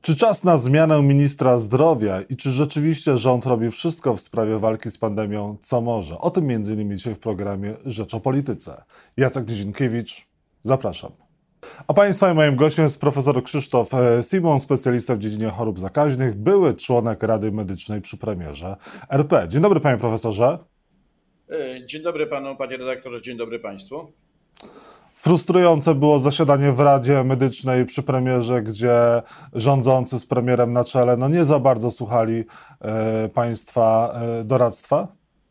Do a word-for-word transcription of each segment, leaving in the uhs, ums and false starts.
Czy czas na zmianę ministra zdrowia i czy rzeczywiście rząd robi wszystko w sprawie walki z pandemią, co może? O tym między innymi dzisiaj w programie Rzecz o Polityce. Jacek Nizinkiewicz, zapraszam. A Państwa i moim gościem jest profesor Krzysztof Simon, specjalista w dziedzinie chorób zakaźnych, były członek Rady Medycznej przy premierze R P. Dzień dobry, panie profesorze. Dzień dobry panu, panie redaktorze, dzień dobry państwu. Frustrujące było zasiadanie w Radzie Medycznej przy premierze, gdzie rządzący z premierem na czele no nie za bardzo słuchali e, państwa e, doradztwa?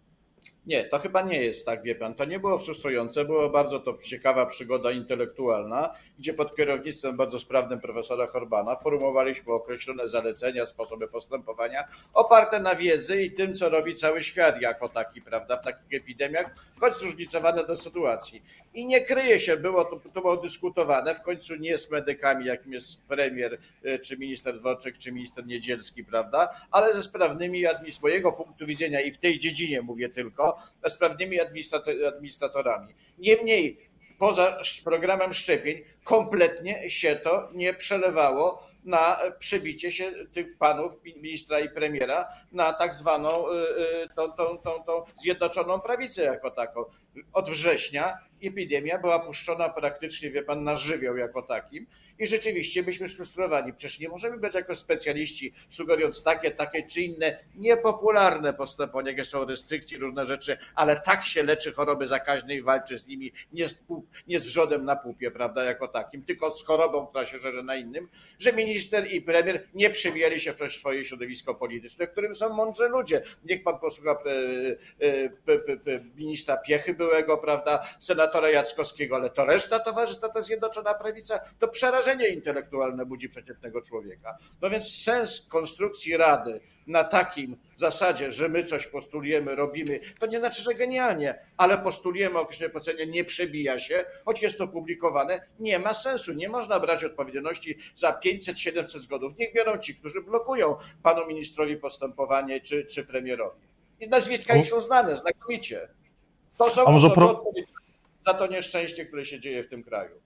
Nie, to chyba nie jest tak, wie pan. To nie było frustrujące, było bardzo to ciekawa przygoda intelektualna, gdzie pod kierownictwem bardzo sprawnym profesora Horbana formułowaliśmy określone zalecenia, sposoby postępowania oparte na wiedzy i tym, co robi cały świat jako taki, prawda, w takich epidemiach, choć zróżnicowane do sytuacji. I nie kryje się, było to, to było dyskutowane, w końcu nie z medykami, jakim jest premier, czy minister Dworczyk, czy minister Niedzielski, prawda, ale ze sprawnymi, z mojego punktu widzenia i w tej dziedzinie mówię tylko, sprawnymi administratorami. Niemniej poza programem szczepień kompletnie się to nie przelewało na przebicie się tych panów ministra i premiera na tak zwaną tą, tą, tą, tą zjednoczoną prawicę jako taką. Od września epidemia była puszczona praktycznie, wie pan, na żywioł jako takim i rzeczywiście byliśmy sfrustrowani. Przecież nie możemy być jako specjaliści, sugerując takie, takie czy inne niepopularne postępowania, jakie są restrykcje, różne rzeczy, ale tak się leczy choroby zakaźne i walczy z nimi, nie z, pup, nie z wrzodem na pupie, prawda, jako takim, tylko z chorobą, która się szerzy na innym, że minister i premier nie przebijali się przez swoje środowisko polityczne, w którym są mądrzy ludzie. Niech pan posłucha pre, pre, pre, pre, ministra Piechy byłego, prawda, senatora Jackowskiego, ale to reszta towarzystwa, ta Zjednoczona Prawica, to przerażenie intelektualne budzi przeciętnego człowieka. No więc sens konstrukcji Rady na takim zasadzie, że my coś postulujemy, robimy, to nie znaczy, że genialnie, ale postulujemy określone polecenie, nie przebija się, choć jest to publikowane, nie ma sensu. Nie można brać odpowiedzialności za pięćset siedemset zgonów. Niech biorą ci, którzy blokują panu ministrowi postępowanie czy, czy premierowi. I nazwiska ich są znane, znakomicie. To są osoby pro... odpowiedzialne za to nieszczęście, które się dzieje w tym kraju.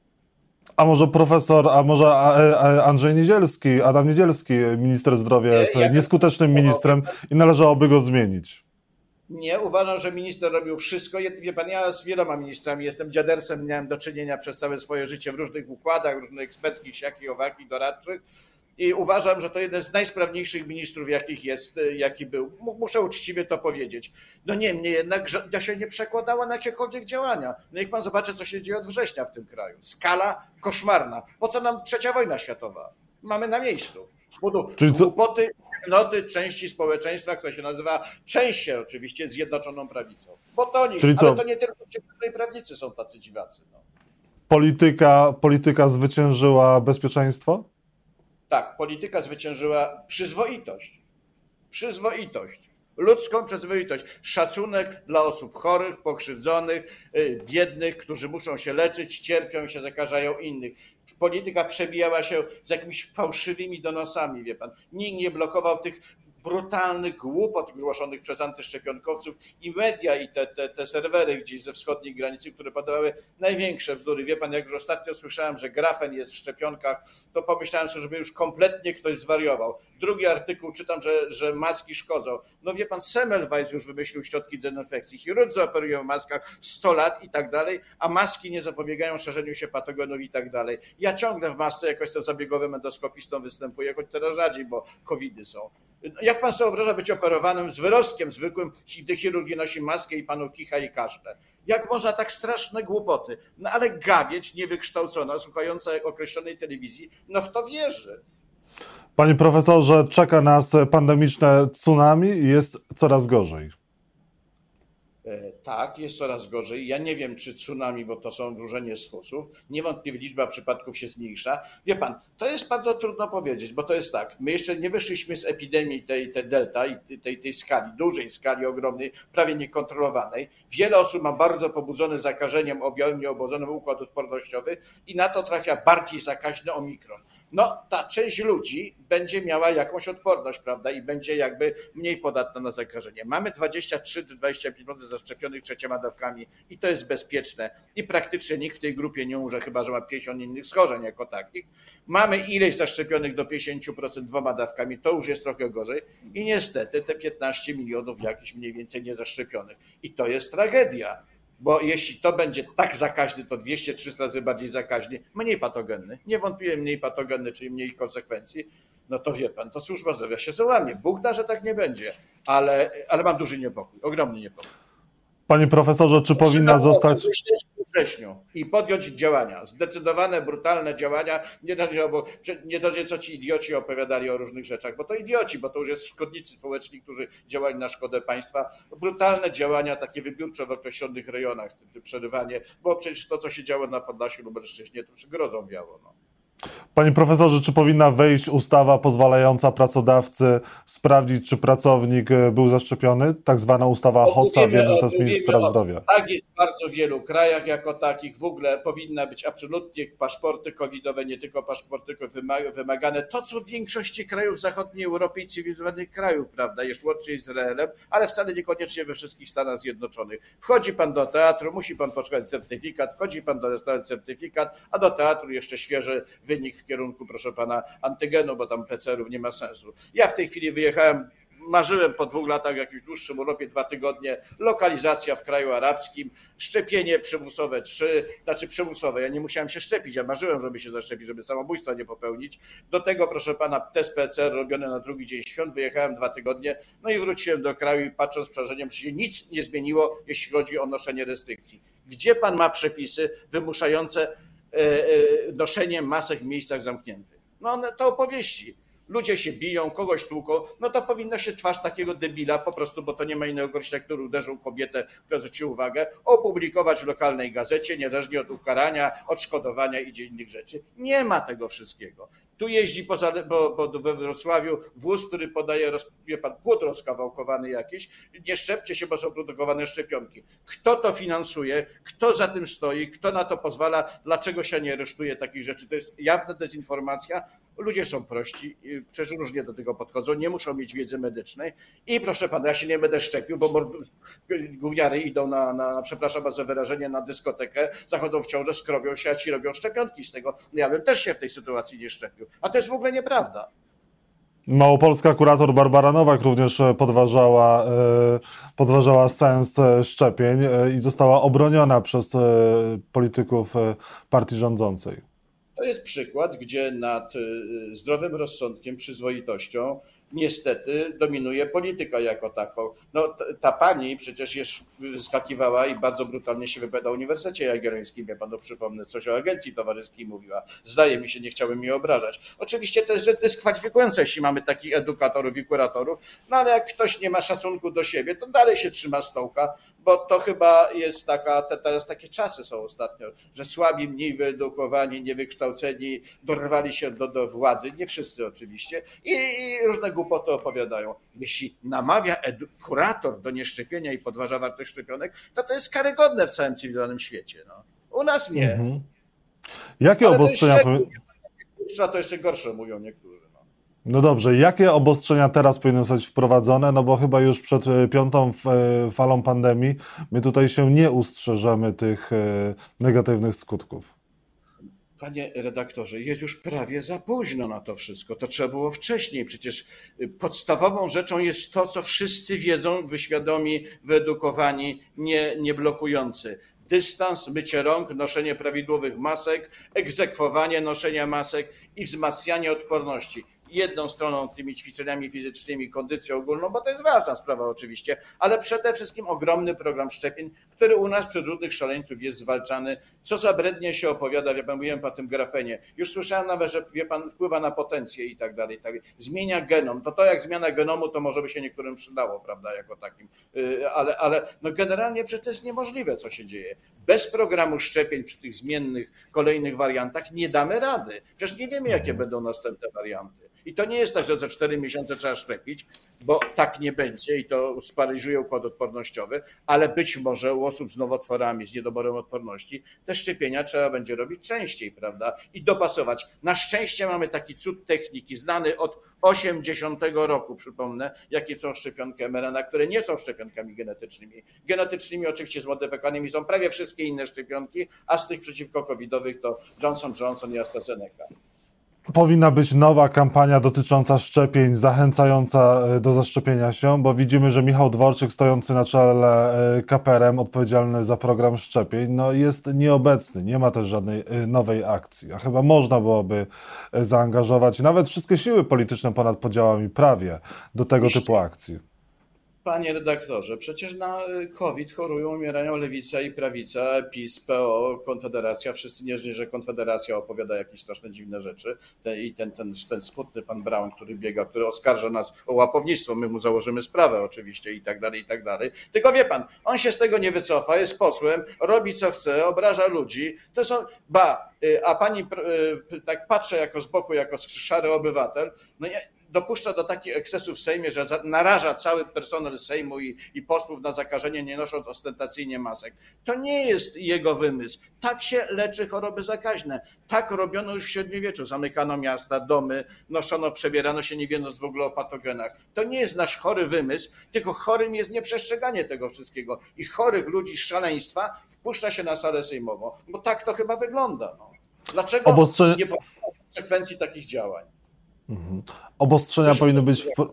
A może profesor, a może Andrzej Niedzielski, Adam Niedzielski, minister zdrowia, jest nie, nieskutecznym ministrem i należałoby go zmienić? Nie, uważam, że minister robił wszystko. Wie pan, ja z wieloma ministrami jestem dziadersem, miałem do czynienia przez całe swoje życie w różnych układach, różnych eksperckich, siaki, owaki, doradczych. I uważam, że to jeden z najsprawniejszych ministrów, jakich jest, jaki był. Muszę uczciwie to powiedzieć. No niemniej jednak to się nie przekładało na jakiekolwiek działania. No niech pan zobaczy, co się dzieje od września w tym kraju. Skala koszmarna. Po co nam trzecia wojna światowa? Mamy na miejscu. Z powodu głupoty, noty części społeczeństwa, która się nazywa częściej oczywiście Zjednoczoną Prawicą. Bo to oni, Czyli ale co? to nie tylko ci prawnicy są tacy dziwacy. No. Polityka, polityka zwyciężyła bezpieczeństwo? Tak, polityka zwyciężyła przyzwoitość. Przyzwoitość. Ludzką przyzwoitość. Szacunek dla osób chorych, pokrzywdzonych, biednych, którzy muszą się leczyć, cierpią i się zakażają innych. Polityka przebijała się z jakimiś fałszywymi donosami, wie pan. Nikt nie blokował tych brutalnych głupot głoszonych przez antyszczepionkowców i media i te, te, te serwery gdzieś ze wschodniej granicy, które podawały największe bzdury. Wie pan, jak już ostatnio słyszałem, że grafen jest w szczepionkach, to pomyślałem sobie, żeby już kompletnie ktoś zwariował. Drugi artykuł czytam, że, że maski szkodzą. No wie pan, Semmelweis już wymyślił środki dezynfekcji. Chirurdzy operują w maskach sto lat i tak dalej, a maski nie zapobiegają szerzeniu się patogenów i tak dalej. Ja ciągle w masce, jak jestem zabiegowym endoskopistą, występuję, choć teraz rzadziej, bo covidy są. Jak pan sobie wyobraża być operowanym z wyrostkiem zwykłym, gdy chirurgi nosi maskę i panu kicha i kaszle? Jak można tak straszne głupoty? No ale gawieć niewykształcona, słuchająca określonej telewizji, no w to wierzy. Panie profesorze, czeka nas pandemiczne tsunami i jest coraz gorzej. Tak, jest coraz gorzej. Ja nie wiem, czy tsunami, bo to są wróżenie z fusów. Niewątpliwie liczba przypadków się zmniejsza. Wie pan, to jest bardzo trudno powiedzieć, bo to jest tak. My jeszcze nie wyszliśmy z epidemii tej, tej delta i tej, tej skali, dużej skali, ogromnej, prawie niekontrolowanej. Wiele osób ma bardzo pobudzony zakażeniem objawem nieobodzonym układ odpornościowy i na to trafia bardziej zakaźny omikron. no ta część ludzi będzie miała jakąś odporność, prawda, i będzie jakby mniej podatna na zakażenie. Mamy dwadzieścia trzy do dwudziestu pięciu procent zaszczepionych trzeciema dawkami i to jest bezpieczne i praktycznie nikt w tej grupie nie umrze, chyba że ma pięćdziesiąt innych schorzeń jako takich. Mamy ileś zaszczepionych do pięćdziesięciu procent dwoma dawkami, to już jest trochę gorzej i niestety te piętnaście milionów jakichś mniej więcej niezaszczepionych i to jest tragedia. Bo jeśli to będzie tak zakaźny, to dwieście trzysta razy bardziej zakaźny, mniej patogenny, niewątpliwie mniej patogenny, czyli mniej konsekwencji, no to wie pan, to służba zdrowia się załamie. Bóg da, że tak nie będzie, ale, ale mam duży niepokój, ogromny niepokój. Panie profesorze, czy powinna zostać... wrześniu i podjąć działania, zdecydowane, brutalne działania, nie zależy co ci idioci opowiadali o różnych rzeczach, bo to idioci, bo to już jest szkodnicy społeczni, którzy działali na szkodę państwa, brutalne działania takie wybiórcze w określonych rejonach, przerywanie, bo przecież to, co się działo na Podlasiu, Lubelszczyźnie, to już grozą wiało. No. Panie profesorze, czy powinna wejść ustawa pozwalająca pracodawcy sprawdzić, czy pracownik był zaszczepiony? Tak zwana ustawa HOC-a, wiemy, że to jest ministra zdrowia. Tak jest w bardzo wielu krajach jako takich. W ogóle powinna być absolutnie paszporty covidowe, nie tylko paszporty wymagane. To, co w większości krajów zachodniej Europy i cywilizowanych krajów, prawda, jest łącznie z Izraelem, ale wcale niekoniecznie we wszystkich Stanach Zjednoczonych. Wchodzi pan do teatru, musi pan poszukać certyfikat, wchodzi pan do restauracji, certyfikat, a do teatru jeszcze świeży wynik w kierunku, proszę pana, antygenu, bo tam P C R ów nie ma sensu. Ja w tej chwili wyjechałem, marzyłem po dwóch latach, jakimś dłuższym urlopie, dwa tygodnie, lokalizacja w kraju arabskim, szczepienie przymusowe trzy, znaczy przymusowe, ja nie musiałem się szczepić, ja marzyłem, żeby się zaszczepić, żeby samobójstwa nie popełnić. Do tego, proszę pana, test P C R robiony na drugi dzień świąt, wyjechałem dwa tygodnie, no i wróciłem do kraju i patrząc z przerażeniem, że się nic nie zmieniło, jeśli chodzi o noszenie restrykcji. Gdzie pan ma przepisy wymuszające noszenie masek w miejscach zamkniętych? No to opowieści. Ludzie się biją, kogoś tłuką, no to powinno się twarz takiego debila po prostu, bo to nie ma innego określenia, który uderzył kobietę, która zwróciła uwagę, opublikować w lokalnej gazecie, niezależnie od ukarania, odszkodowania i innych rzeczy. Nie ma tego wszystkiego. Tu jeździ poza, bo, bo we Wrocławiu wóz, który podaje, wie pan, płód rozkawałkowany jakiś. Nie szczepcie się, bo są produkowane szczepionki. Kto to finansuje? Kto za tym stoi? Kto na to pozwala? Dlaczego się nie aresztuje takich rzeczy? To jest jawna dezinformacja. Ludzie są prości, przecież różnie do tego podchodzą, nie muszą mieć wiedzy medycznej. I proszę pana, ja się nie będę szczepił, bo gówniary idą na, na, na przepraszam za wyrażenie, na dyskotekę, zachodzą w ciążę, skrobią się, a ci robią szczepionki z tego. Ja bym też się w tej sytuacji nie szczepił. A to jest w ogóle nieprawda. Małopolska kurator Barbara Nowak również podważała, podważała sens szczepień i została obroniona przez polityków partii rządzącej. To jest przykład, gdzie nad zdrowym rozsądkiem, przyzwoitością niestety dominuje polityka jako taką. No, ta pani przecież jest, skakiwała i bardzo brutalnie się wypowiada o Uniwersytecie Jagiellońskim. Ja panu przypomnę, coś o agencji towarzyskiej mówiła. Zdaje mi się, nie chciałem mi obrażać. Oczywiście to jest rzecz dyskwalifikująca, jeśli mamy takich edukatorów i kuratorów, no ale jak ktoś nie ma szacunku do siebie, to dalej się trzyma stołka, bo to chyba jest taka, teraz takie czasy są ostatnio, że słabi, mniej wyedukowani, niewykształceni dorwali się do, do władzy, nie wszyscy oczywiście, i, i różne głupoty opowiadają. Jeśli namawia edu- kurator do nieszczepienia i podważa wartość szczepionek, to to jest karygodne w całym cywilizowanym świecie. No. U nas nie. Mhm. Jakie ale obostrzenia... To, to jeszcze gorsze mówią niektórzy. No dobrze, jakie obostrzenia teraz powinny zostać wprowadzone? No bo chyba już przed piątą falą pandemii my tutaj się nie ustrzeżemy tych negatywnych skutków. Panie redaktorze, jest już prawie za późno na to wszystko. To trzeba było wcześniej. Przecież podstawową rzeczą jest to, co wszyscy wiedzą, wyświadomi, wyedukowani, nie, nie blokujący. Dystans, mycie rąk, noszenie prawidłowych masek, egzekwowanie noszenia masek i wzmacnianie odporności. Jedną stroną tymi ćwiczeniami fizycznymi, kondycją ogólną, bo to jest ważna sprawa oczywiście, ale przede wszystkim ogromny program szczepień, który u nas przez różnych szaleńców jest zwalczany. Co za brednie się opowiada, wie pan, mówiłem po tym grafenie. Już słyszałem nawet, że wie pan, wpływa na potencję i tak dalej. Tak. Zmienia genom. To to jak zmiana genomu, to może by się niektórym przydało, prawda, jako takim. Ale, ale no generalnie przecież to jest niemożliwe, co się dzieje. Bez programu szczepień przy tych zmiennych, kolejnych wariantach nie damy rady. Przecież nie wiemy, jakie będą następne warianty. I to nie jest tak, że za cztery miesiące trzeba szczepić, bo tak nie będzie i to sparaliżuje układ odpornościowy, ale być może u osób z nowotworami, z niedoborem odporności te szczepienia trzeba będzie robić częściej, prawda? I dopasować. Na szczęście mamy taki cud techniki znany od osiemdziesiątego roku, przypomnę, jakie są szczepionki em er en a, które nie są szczepionkami genetycznymi. Genetycznymi oczywiście zmodyfikowanymi są prawie wszystkie inne szczepionki, a z tych przeciwko covidowych to Johnson Johnson i AstraZeneca. Powinna być nowa kampania dotycząca szczepień, zachęcająca do zaszczepienia się, bo widzimy, że Michał Dworczyk, stojący na czele K P R M, odpowiedzialny za program szczepień, no jest nieobecny, nie ma też żadnej nowej akcji, a chyba można byłoby zaangażować nawet wszystkie siły polityczne ponad podziałami prawie do tego typu akcji. Panie redaktorze, przecież na COVID chorują, umierają lewica i prawica, PiS, P O, Konfederacja. Wszyscy nie żyją, że Konfederacja opowiada jakieś straszne dziwne rzeczy. Ten, I ten, ten, ten smutny pan Braun, który biega, który oskarża nas o łapownictwo, my mu założymy sprawę oczywiście i tak dalej, i tak dalej. Tylko wie pan, on się z tego nie wycofa, jest posłem, robi co chce, obraża ludzi. To są, ba, a pani tak patrzę jako z boku, jako szary obywatel, no ja, dopuszcza do takich ekscesów w Sejmie, że naraża cały personel Sejmu i, i posłów na zakażenie, nie nosząc ostentacyjnie masek. To nie jest jego wymysł. Tak się leczy choroby zakaźne. Tak robiono już w średniowieczu. Zamykano miasta, domy, noszono, przebierano się nie wiedząc w ogóle o patogenach. To nie jest nasz chory wymysł, tylko chorym jest nieprzestrzeganie tego wszystkiego. I chorych ludzi z szaleństwa wpuszcza się na salę sejmową. Bo tak to chyba wygląda. No. Dlaczego Obostrze... nie podejmować konsekwencji takich działań? Mhm. Obostrzenia Proszę powinny być... W...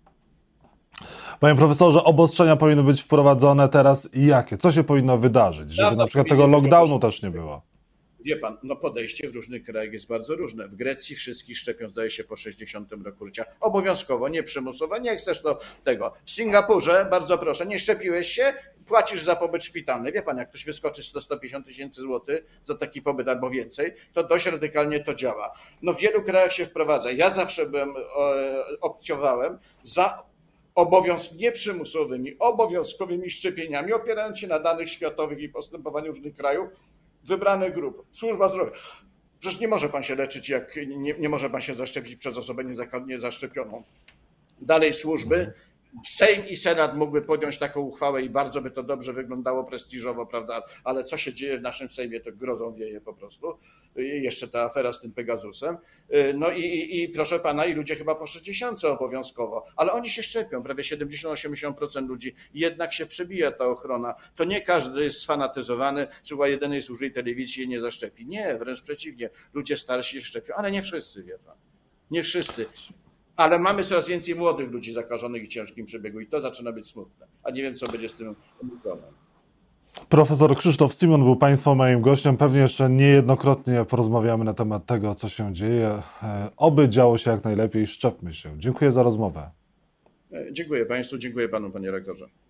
Panie profesorze, obostrzenia powinny być wprowadzone teraz i jakie? Co się powinno wydarzyć, żeby Prawda, na przykład tego lockdownu też nie było? Wie pan, no podejście w różnych krajach jest bardzo różne. W Grecji wszystkich szczepią, zdaje się, po sześćdziesiątym roku życia. Obowiązkowo, nie przymusowo, nie chcesz to tego. W Singapurze, bardzo proszę, nie szczepiłeś się, płacisz za pobyt szpitalny. Wie pan, jak ktoś wyskoczy sto do stu pięćdziesięciu tysięcy złotych za taki pobyt albo więcej, to dość radykalnie to działa. No w wielu krajach się wprowadza. Ja zawsze byłem, opcjowałem za obowiązk, nie przymusowymi, obowiązkowymi szczepieniami, opierając się na danych światowych i postępowaniu różnych krajów, wybranych grup. Służba zdrowia. Przecież nie może pan się leczyć, jak nie, nie może pan się zaszczepić przez osobę niezaszczepioną. Dalej służby. Sejm i Senat mógłby podjąć taką uchwałę i bardzo by to dobrze wyglądało prestiżowo, prawda? Ale co się dzieje w naszym Sejmie, to grozą wieje po prostu. I jeszcze ta afera z tym Pegasusem. No i, i, i proszę pana, i ludzie chyba po sześćdziesiątce obowiązkowo, ale oni się szczepią, prawie siedemdziesiąt do osiemdziesięciu procent ludzi, jednak się przebija ta ochrona. To nie każdy jest sfanatyzowany, słucha jedynej służy telewizji i nie zaszczepi. Nie, wręcz przeciwnie. Ludzie starsi się szczepią, ale nie wszyscy, wie pan. Nie wszyscy. Ale mamy coraz więcej młodych ludzi zakażonych i ciężkim przebiegu i to zaczyna być smutne. A nie wiem, co będzie z tym omikronem. Profesor Krzysztof Simon był państwa moim gościem. Pewnie jeszcze niejednokrotnie porozmawiamy na temat tego, co się dzieje. Oby działo się jak najlepiej. Szczepmy się. Dziękuję za rozmowę. Dziękuję państwu, dziękuję panu, panie rektorze.